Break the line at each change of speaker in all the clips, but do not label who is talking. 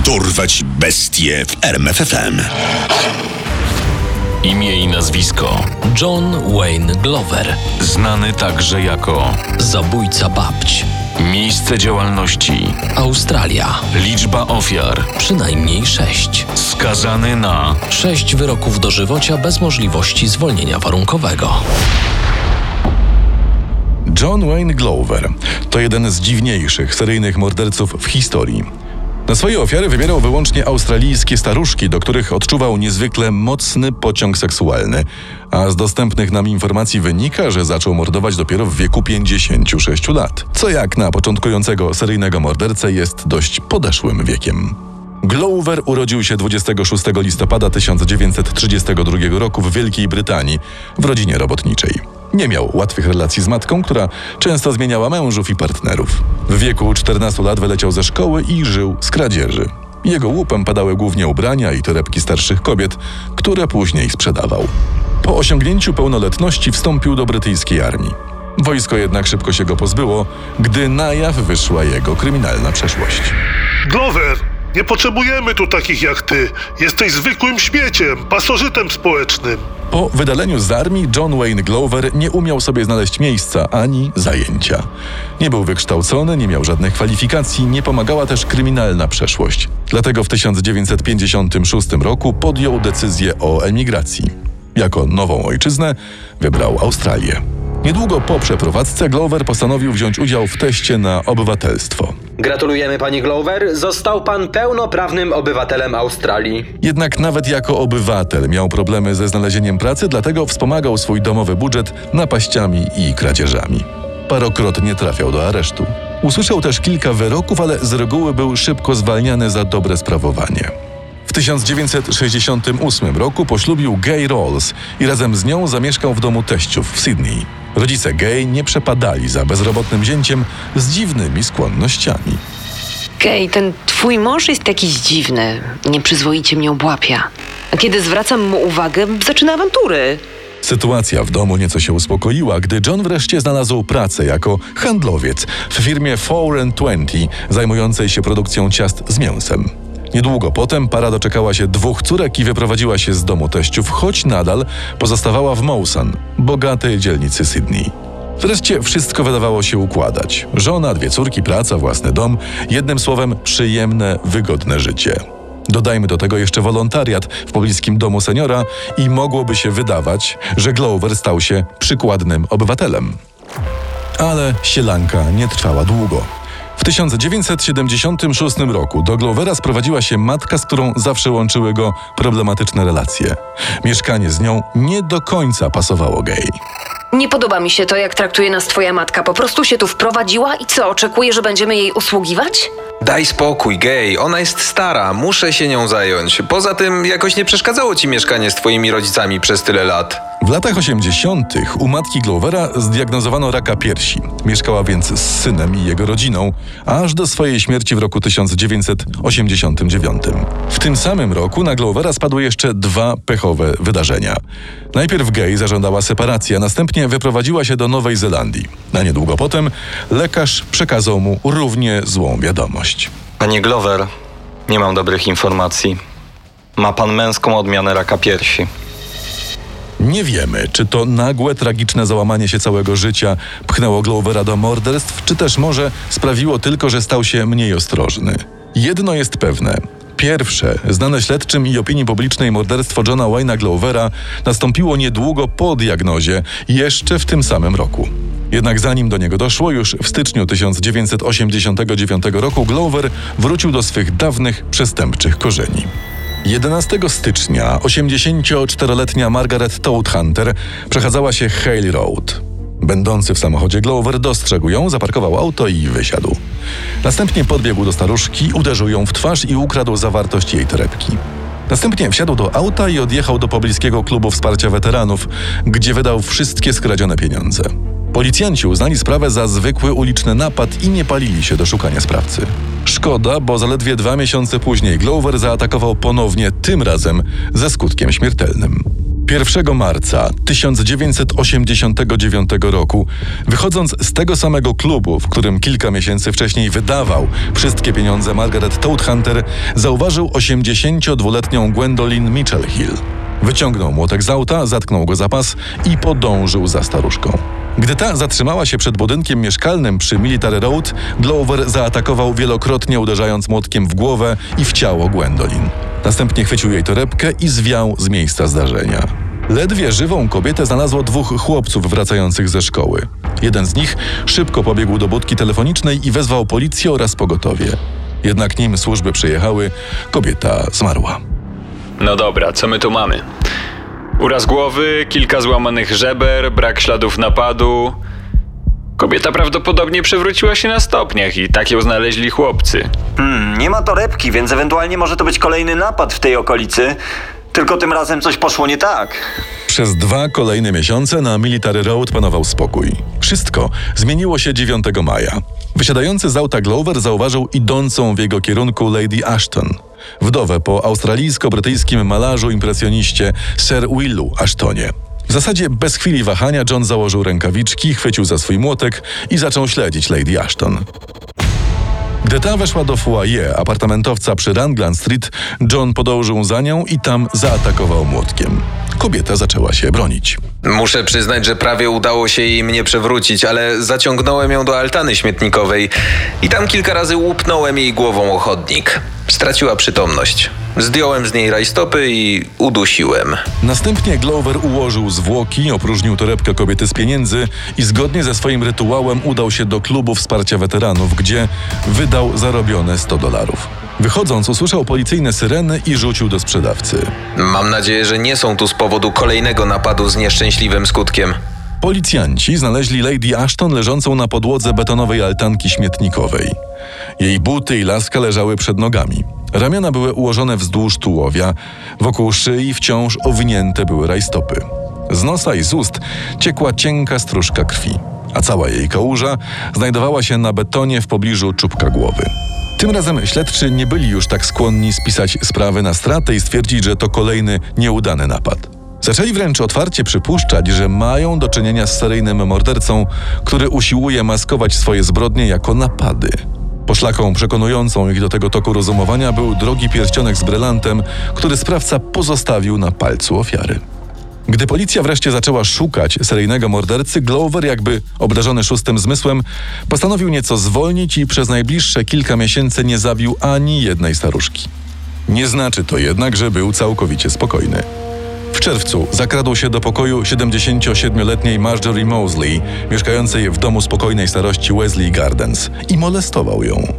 Dorwać bestie w RMF FM.
Imię i nazwisko: John Wayne Glover, znany także jako zabójca babć. Miejsce działalności: Australia. Liczba ofiar: przynajmniej 6. Skazany na 6 wyroków dożywocia bez możliwości zwolnienia warunkowego.
John Wayne Glover to jeden z dziwniejszych seryjnych morderców w historii. Na swoje ofiary wybierał wyłącznie australijskie staruszki, do których odczuwał niezwykle mocny pociąg seksualny, a z dostępnych nam informacji wynika, że zaczął mordować dopiero w wieku 56 lat, co jak na początkującego seryjnego mordercę jest dość podeszłym wiekiem. Glover urodził się 26 listopada 1932 roku w Wielkiej Brytanii w rodzinie robotniczej. Nie miał łatwych relacji z matką, która często zmieniała mężów i partnerów. W wieku 14 lat wyleciał ze szkoły i żył z kradzieży. Jego łupem padały głównie ubrania i torebki starszych kobiet, które później sprzedawał. Po osiągnięciu pełnoletności wstąpił do brytyjskiej armii. Wojsko jednak szybko się go pozbyło, gdy na jaw wyszła jego kryminalna przeszłość.
Glover, nie potrzebujemy tu takich jak ty. Jesteś zwykłym śmieciem, pasożytem społecznym.
Po wydaleniu z armii John Wayne Glover nie umiał sobie znaleźć miejsca ani zajęcia. Nie był wykształcony, nie miał żadnych kwalifikacji, nie pomagała też kryminalna przeszłość. Dlatego w 1956 roku podjął decyzję o emigracji. Jako nową ojczyznę wybrał Australię. Niedługo po przeprowadzce Glover postanowił wziąć udział w teście na obywatelstwo.
Gratulujemy, panie Glover. Został pan pełnoprawnym obywatelem Australii.
Jednak nawet jako obywatel miał problemy ze znalezieniem pracy, dlatego wspomagał swój domowy budżet napaściami i kradzieżami. Parokrotnie trafiał do aresztu. Usłyszał też kilka wyroków, ale z reguły był szybko zwalniany za dobre sprawowanie. W 1968 roku poślubił Gay Rawls i razem z nią zamieszkał w domu teściów w Sydney. Rodzice Gay nie przepadali za bezrobotnym zięciem z dziwnymi skłonnościami.
Gay, ten twój mąż jest jakiś dziwny, nieprzyzwoicie mnie obłapia. A kiedy zwracam mu uwagę, zaczyna awantury.
Sytuacja w domu nieco się uspokoiła, gdy John wreszcie znalazł pracę jako handlowiec w firmie 4&20 zajmującej się produkcją ciast z mięsem. Niedługo potem para doczekała się 2 córek i wyprowadziła się z domu teściów, choć nadal pozostawała w Mawson, bogatej dzielnicy Sydney. Wreszcie wszystko wydawało się układać. Żona, 2 córki, praca, własny dom, jednym słowem przyjemne, wygodne życie. Dodajmy do tego jeszcze wolontariat w pobliskim domu seniora i mogłoby się wydawać, że Glover stał się przykładnym obywatelem. Ale sielanka nie trwała długo. W 1976 roku do Glovera sprowadziła się matka, z którą zawsze łączyły go problematyczne relacje. Mieszkanie z nią nie do końca pasowało Gay.
Nie podoba mi się to, jak traktuje nas twoja matka. Po prostu się tu wprowadziła i co, oczekuje, że będziemy jej usługiwać?
Daj spokój, Gay. Ona jest stara. Muszę się nią zająć. Poza tym jakoś nie przeszkadzało ci mieszkanie z twoimi rodzicami przez tyle lat.
W latach 80. u matki Glovera zdiagnozowano raka piersi. Mieszkała więc z synem i jego rodziną, aż do swojej śmierci w roku 1989. W tym samym roku na Glovera spadły jeszcze 2 pechowe wydarzenia. Najpierw Gay zażądała separacji, a następnie wyprowadziła się do Nowej Zelandii. Na niedługo potem lekarz przekazał mu równie złą wiadomość.
Panie Glover, nie mam dobrych informacji. Ma pan męską odmianę raka piersi.
Nie wiemy, czy to nagłe, tragiczne załamanie się całego życia pchnęło Glovera do morderstw, czy też może sprawiło tylko, że stał się mniej ostrożny. Jedno jest pewne. Pierwsze, znane śledczym i opinii publicznej morderstwo Johna Wayne'a Glovera nastąpiło niedługo po diagnozie, jeszcze w tym samym roku. Jednak zanim do niego doszło, już w styczniu 1989 roku Glover wrócił do swych dawnych przestępczych korzeni. 11 stycznia 84-letnia Margaret Todd Hunter przechadzała się Haley Road. Będący w samochodzie Glover dostrzegł ją, zaparkował auto i wysiadł. Następnie podbiegł do staruszki, uderzył ją w twarz i ukradł zawartość jej torebki. Następnie wsiadł do auta i odjechał do pobliskiego klubu wsparcia weteranów, gdzie wydał wszystkie skradzione pieniądze. Policjanci uznali sprawę za zwykły uliczny napad i nie palili się do szukania sprawcy. Szkoda, bo zaledwie 2 miesiące później Glover zaatakował ponownie, tym razem ze skutkiem śmiertelnym. 1 marca 1989 roku, wychodząc z tego samego klubu, w którym kilka miesięcy wcześniej wydawał wszystkie pieniądze Margaret Toadhunter, zauważył 82-letnią Gwendolyn Mitchell-Hill. Wyciągnął młotek z auta, zatknął go za pas i podążył za staruszką. Gdy ta zatrzymała się przed budynkiem mieszkalnym przy Military Road, Glover zaatakował wielokrotnie, uderzając młotkiem w głowę i w ciało Gwendolyn. Następnie chwycił jej torebkę i zwiał z miejsca zdarzenia. Ledwie żywą kobietę znalazło 2 chłopców wracających ze szkoły. Jeden z nich szybko pobiegł do budki telefonicznej i wezwał policję oraz pogotowie. Jednak nim służby przyjechały, kobieta zmarła.
No dobra, co my tu mamy? Uraz głowy, kilka złamanych żeber, brak śladów napadu. Kobieta prawdopodobnie przewróciła się na stopniach i tak ją znaleźli chłopcy.
Nie ma torebki, więc ewentualnie może to być kolejny napad w tej okolicy. Tylko tym razem coś poszło nie tak.
Przez 2 kolejne miesiące na Military Road panował spokój. Wszystko zmieniło się 9 maja. Wysiadający z auta Glover zauważył idącą w jego kierunku Lady Ashton, wdowę po australijsko-brytyjskim malarzu impresjoniście Sir Willu Ashtonie. W zasadzie bez chwili wahania John założył rękawiczki, chwycił za swój młotek i zaczął śledzić Lady Ashton. Gdy ta weszła do foyer apartamentowca przy Raglan Street, John podążył za nią i tam zaatakował młotkiem. Kobieta zaczęła się bronić.
Muszę przyznać, że prawie udało się jej mnie przewrócić, ale zaciągnąłem ją do altany śmietnikowej i tam kilka razy łupnąłem jej głową o chodnik. Straciła przytomność. Zdjąłem z niej rajstopy i udusiłem.
Następnie Glover ułożył zwłoki, opróżnił torebkę kobiety z pieniędzy i zgodnie ze swoim rytuałem udał się do klubu wsparcia weteranów, gdzie wydał zarobione $100. Wychodząc, usłyszał policyjne syreny i rzucił do sprzedawcy.
Mam nadzieję, że nie są tu z powodu kolejnego napadu z nieszczęśliwym skutkiem.
Policjanci znaleźli Lady Ashton leżącą na podłodze betonowej altanki śmietnikowej. Jej buty i laska leżały przed nogami. Ramiona były ułożone wzdłuż tułowia, wokół szyi wciąż owinięte były rajstopy. Z nosa i z ust ciekła cienka stróżka krwi, a cała jej kałuża znajdowała się na betonie w pobliżu czubka głowy. Tym razem śledczy nie byli już tak skłonni spisać sprawy na stratę i stwierdzić, że to kolejny nieudany napad. Zaczęli wręcz otwarcie przypuszczać, że mają do czynienia z seryjnym mordercą, który usiłuje maskować swoje zbrodnie jako napady. Poszlaką przekonującą ich do tego toku rozumowania był drogi pierścionek z brylantem, który sprawca pozostawił na palcu ofiary. Gdy policja wreszcie zaczęła szukać seryjnego mordercy, Glover, jakby obdarzony 6. zmysłem, postanowił nieco zwolnić i przez najbliższe kilka miesięcy nie zabił ani jednej staruszki. Nie znaczy to jednak, że był całkowicie spokojny. W czerwcu zakradł się do pokoju 77-letniej Marjorie Mosley, mieszkającej w domu spokojnej starości Wesley Gardens, i molestował ją.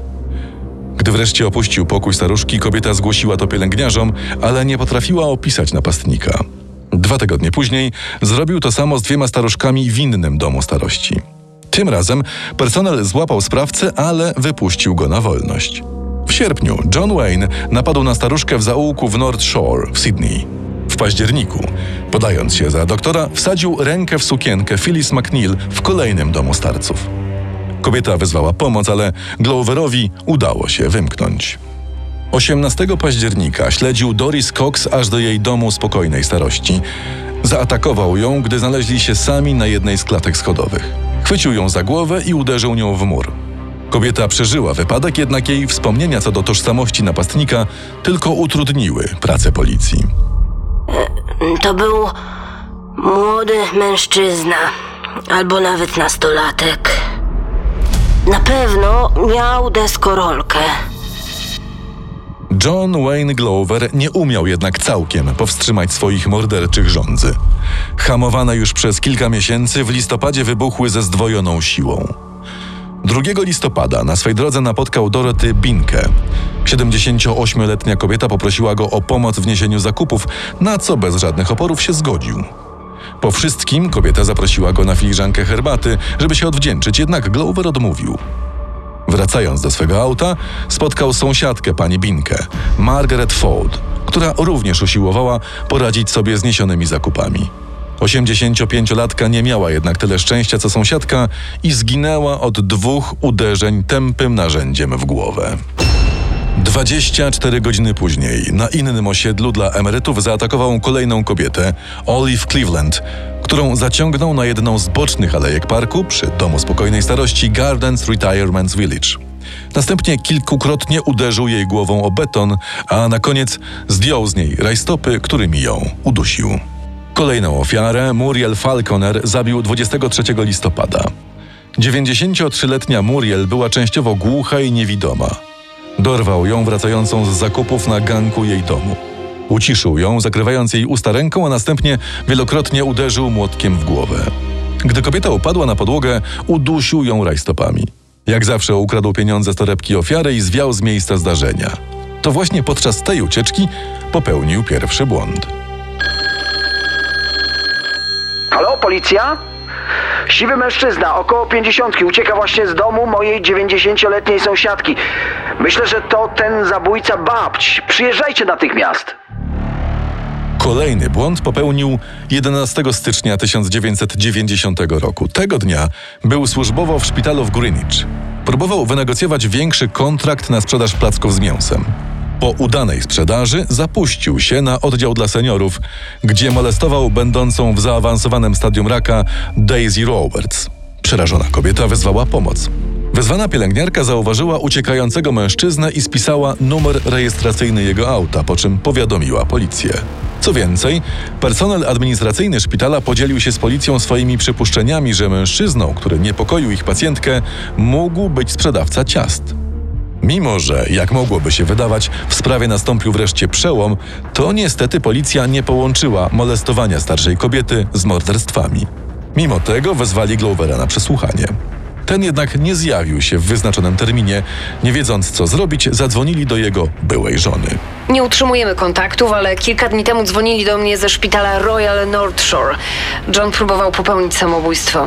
Gdy wreszcie opuścił pokój staruszki, kobieta zgłosiła to pielęgniarzom, ale nie potrafiła opisać napastnika. 2 tygodnie później zrobił to samo z 2 staruszkami w innym domu starości. Tym razem personel złapał sprawcę, ale wypuścił go na wolność. W sierpniu John Wayne napadł na staruszkę w zaułku w North Shore w Sydney. W październiku, podając się za doktora, wsadził rękę w sukienkę Phyllis McNeil w kolejnym domu starców. Kobieta wezwała pomoc, ale Gloverowi udało się wymknąć. 18 października śledził Doris Cox aż do jej domu spokojnej starości. Zaatakował ją, gdy znaleźli się sami na jednej z klatek schodowych. Chwycił ją za głowę i uderzył nią w mur. Kobieta przeżyła wypadek, jednak jej wspomnienia co do tożsamości napastnika tylko utrudniły pracę policji.
To był młody mężczyzna, albo nawet nastolatek. Na pewno miał deskorolkę.
John Wayne Glover nie umiał jednak całkiem powstrzymać swoich morderczych żądzy. Hamowane już przez kilka miesięcy, w listopadzie wybuchły ze zdwojoną siłą. 2 listopada na swej drodze napotkał Dorothy Binkę. 78-letnia kobieta poprosiła go o pomoc w niesieniu zakupów, na co bez żadnych oporów się zgodził. Po wszystkim kobieta zaprosiła go na filiżankę herbaty, żeby się odwdzięczyć, jednak Glover odmówił. Wracając do swego auta, spotkał sąsiadkę pani Binkę, Margaret Ford, która również usiłowała poradzić sobie z niesionymi zakupami. 85-latka nie miała jednak tyle szczęścia co sąsiadka i zginęła od 2 uderzeń tępym narzędziem w głowę. 24 godziny później na innym osiedlu dla emerytów zaatakował kolejną kobietę, Olive Cleveland, którą zaciągnął na jedną z bocznych alejek parku przy domu spokojnej starości Gardens Retirement Village. Następnie kilkukrotnie uderzył jej głową o beton, a na koniec zdjął z niej rajstopy, którymi ją udusił. Kolejną ofiarę, Muriel Falconer, zabił 23 listopada. 93-letnia Muriel była częściowo głucha i niewidoma. Dorwał ją wracającą z zakupów na ganku jej domu. Uciszył ją, zakrywając jej usta ręką, a następnie wielokrotnie uderzył młotkiem w głowę. Gdy kobieta upadła na podłogę, udusił ją rajstopami. Jak zawsze ukradł pieniądze z torebki ofiary i zwiał z miejsca zdarzenia. To właśnie podczas tej ucieczki popełnił pierwszy błąd.
Halo, policja? Siwy mężczyzna, około 50, ucieka właśnie z domu mojej 90-letniej sąsiadki. Myślę, że to ten zabójca babć. Przyjeżdżajcie natychmiast.
Kolejny błąd popełnił 11 stycznia 1990 roku. Tego dnia był służbowo w szpitalu w Greenwich. Próbował wynegocjować większy kontrakt na sprzedaż placków z mięsem. Po udanej sprzedaży zapuścił się na oddział dla seniorów, gdzie molestował będącą w zaawansowanym stadium raka Daisy Roberts. Przerażona kobieta wezwała pomoc. Wezwana pielęgniarka zauważyła uciekającego mężczyznę i spisała numer rejestracyjny jego auta, po czym powiadomiła policję. Co więcej, personel administracyjny szpitala podzielił się z policją swoimi przypuszczeniami, że mężczyzną, który niepokoił ich pacjentkę, mógł być sprzedawca ciast. Mimo że, jak mogłoby się wydawać, w sprawie nastąpił wreszcie przełom, to niestety policja nie połączyła molestowania starszej kobiety z morderstwami. Mimo tego wezwali Glovera na przesłuchanie. Ten jednak nie zjawił się w wyznaczonym terminie. Nie wiedząc, co zrobić, zadzwonili do jego byłej żony.
Nie utrzymujemy kontaktów, ale kilka dni temu dzwonili do mnie ze szpitala Royal North Shore. John próbował popełnić samobójstwo.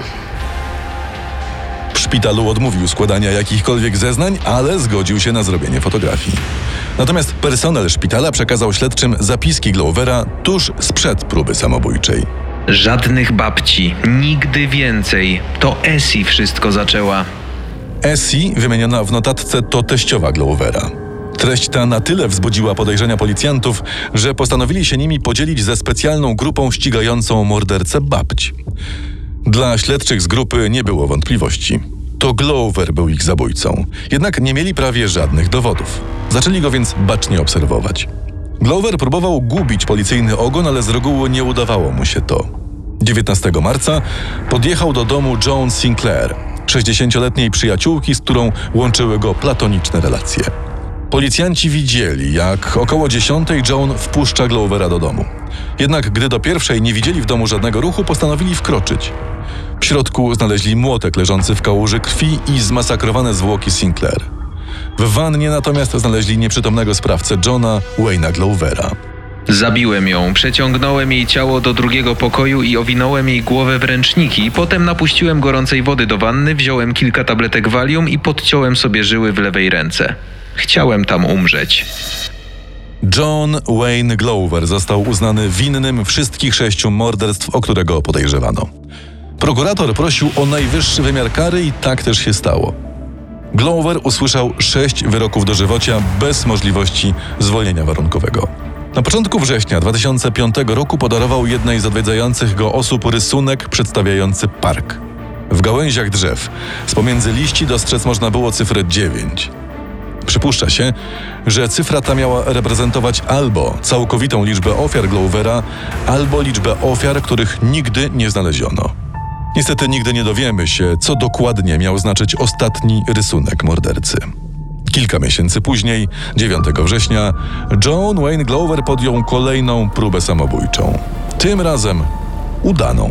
W szpitalu odmówił składania jakichkolwiek zeznań, ale zgodził się na zrobienie fotografii. Natomiast personel szpitala przekazał śledczym zapiski Glovera tuż sprzed próby samobójczej.
Żadnych babci, nigdy więcej. To Essie wszystko zaczęła.
Essie, wymieniona w notatce, to teściowa Glovera. Treść ta na tyle wzbudziła podejrzenia policjantów, że postanowili się nimi podzielić ze specjalną grupą ścigającą mordercę babć. Dla śledczych z grupy nie było wątpliwości. To Glover był ich zabójcą. Jednak nie mieli prawie żadnych dowodów. Zaczęli go więc bacznie obserwować. Glover próbował gubić policyjny ogon, ale z reguły nie udawało mu się to. 19 marca podjechał do domu Joan Sinclair, 60-letniej przyjaciółki, z którą łączyły go platoniczne relacje. Policjanci widzieli, jak około 10 Joan wpuszcza Glovera do domu. Jednak gdy do pierwszej nie widzieli w domu żadnego ruchu, postanowili wkroczyć. W środku znaleźli młotek leżący w kałuży krwi i zmasakrowane zwłoki Sinclair. W wannie natomiast znaleźli nieprzytomnego sprawcę Johna Wayne'a Glovera.
Zabiłem ją, przeciągnąłem jej ciało do drugiego pokoju i owinąłem jej głowę w ręczniki. Potem napuściłem gorącej wody do wanny, wziąłem kilka tabletek Valium i podciąłem sobie żyły w lewej ręce. Chciałem tam umrzeć.
John Wayne Glover został uznany winnym wszystkich 6 morderstw, o które go podejrzewano. Prokurator prosił o najwyższy wymiar kary i tak też się stało. Glover usłyszał 6 wyroków dożywocia bez możliwości zwolnienia warunkowego. Na początku września 2005 roku podarował jednej z odwiedzających go osób rysunek przedstawiający park. W gałęziach drzew z pomiędzy liści dostrzec można było cyfrę 9. Przypuszcza się, że cyfra ta miała reprezentować albo całkowitą liczbę ofiar Glovera, albo liczbę ofiar, których nigdy nie znaleziono. Niestety nigdy nie dowiemy się, co dokładnie miał znaczyć ostatni rysunek mordercy. Kilka miesięcy później, 9 września, John Wayne Glover podjął kolejną próbę samobójczą. Tym razem udaną.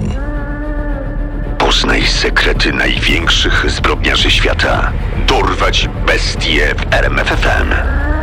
Poznaj sekrety największych zbrodniarzy świata. Dorwać bestie w RMF FM.